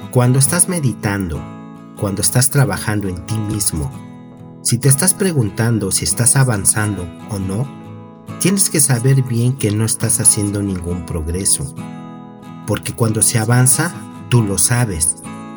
Cuando estás meditando, cuando estás trabajando en ti mismo, si te estás preguntando si estás avanzando o no, tienes que saber bien que no estás haciendo ningún progreso, porque cuando se avanza, tú lo sabes.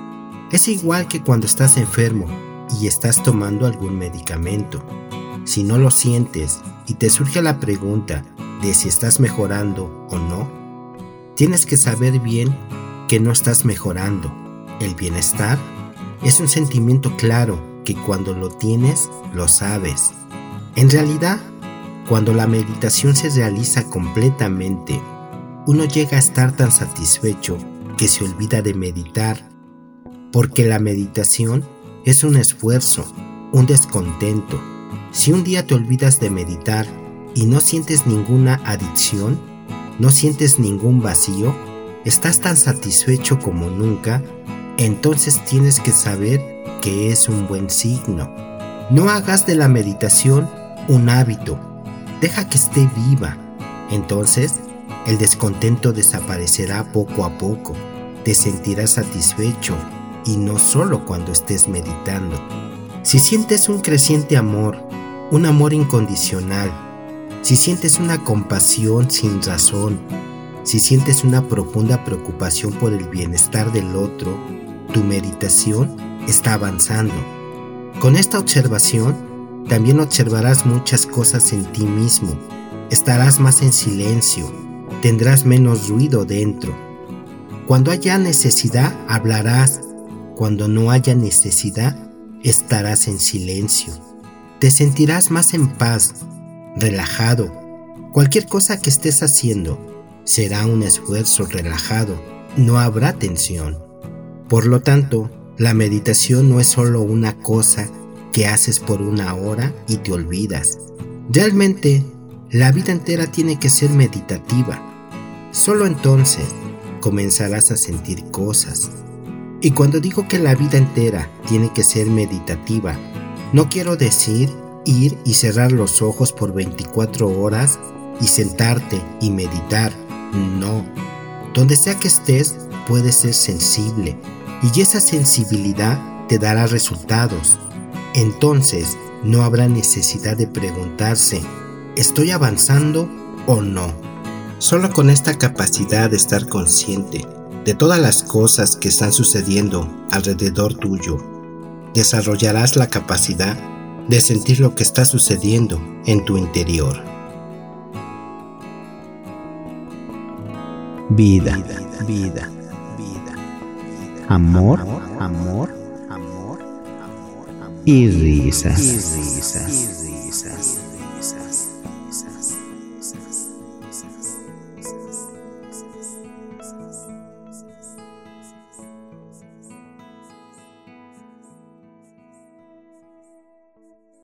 Es igual que cuando estás enfermo y estás tomando algún medicamento. Si no lo sientes y te surge la pregunta de si estás mejorando o no, tienes que saber bien que no estás mejorando. El bienestar es un sentimiento claro que cuando lo tienes, lo sabes. En realidad, cuando la meditación se realiza completamente, uno llega a estar tan satisfecho que se olvida de meditar, porque la meditación es un esfuerzo, un descontento. Si un día te olvidas de meditar y no sientes ninguna adicción, no sientes ningún vacío, estás tan satisfecho como nunca, entonces tienes que saber que es un buen signo. No hagas de la meditación un hábito, deja que esté viva. Entonces, el descontento desaparecerá poco a poco, te sentirás satisfecho y no solo cuando estés meditando. Si sientes un creciente amor, un amor incondicional, si sientes una compasión sin razón, si sientes una profunda preocupación por el bienestar del otro, tu meditación está avanzando. Con esta observación, también observarás muchas cosas en ti mismo. Estarás más en silencio, tendrás menos ruido dentro. Cuando haya necesidad, hablarás. Cuando no haya necesidad, estarás en silencio. Te sentirás más en paz, relajado. Cualquier cosa que estés haciendo será un esfuerzo relajado, no habrá tensión. Por lo tanto, la meditación no es solo una cosa que haces por una hora y te olvidas. Realmente, la vida entera tiene que ser meditativa. Solo entonces comenzarás a sentir cosas. Y cuando digo que la vida entera tiene que ser meditativa, no quiero decir ir y cerrar los ojos por 24 horas y sentarte y meditar. No. Donde sea que estés, puedes ser sensible. Y esa sensibilidad te dará resultados. Entonces, no habrá necesidad de preguntarse, ¿estoy avanzando o no? Solo con esta capacidad de estar consciente de todas las cosas que están sucediendo alrededor tuyo, desarrollarás la capacidad de sentir lo que está sucediendo en tu interior. Vida, vida, vida. Amor, amor, amor, y risas, y risas, y risas, y risas.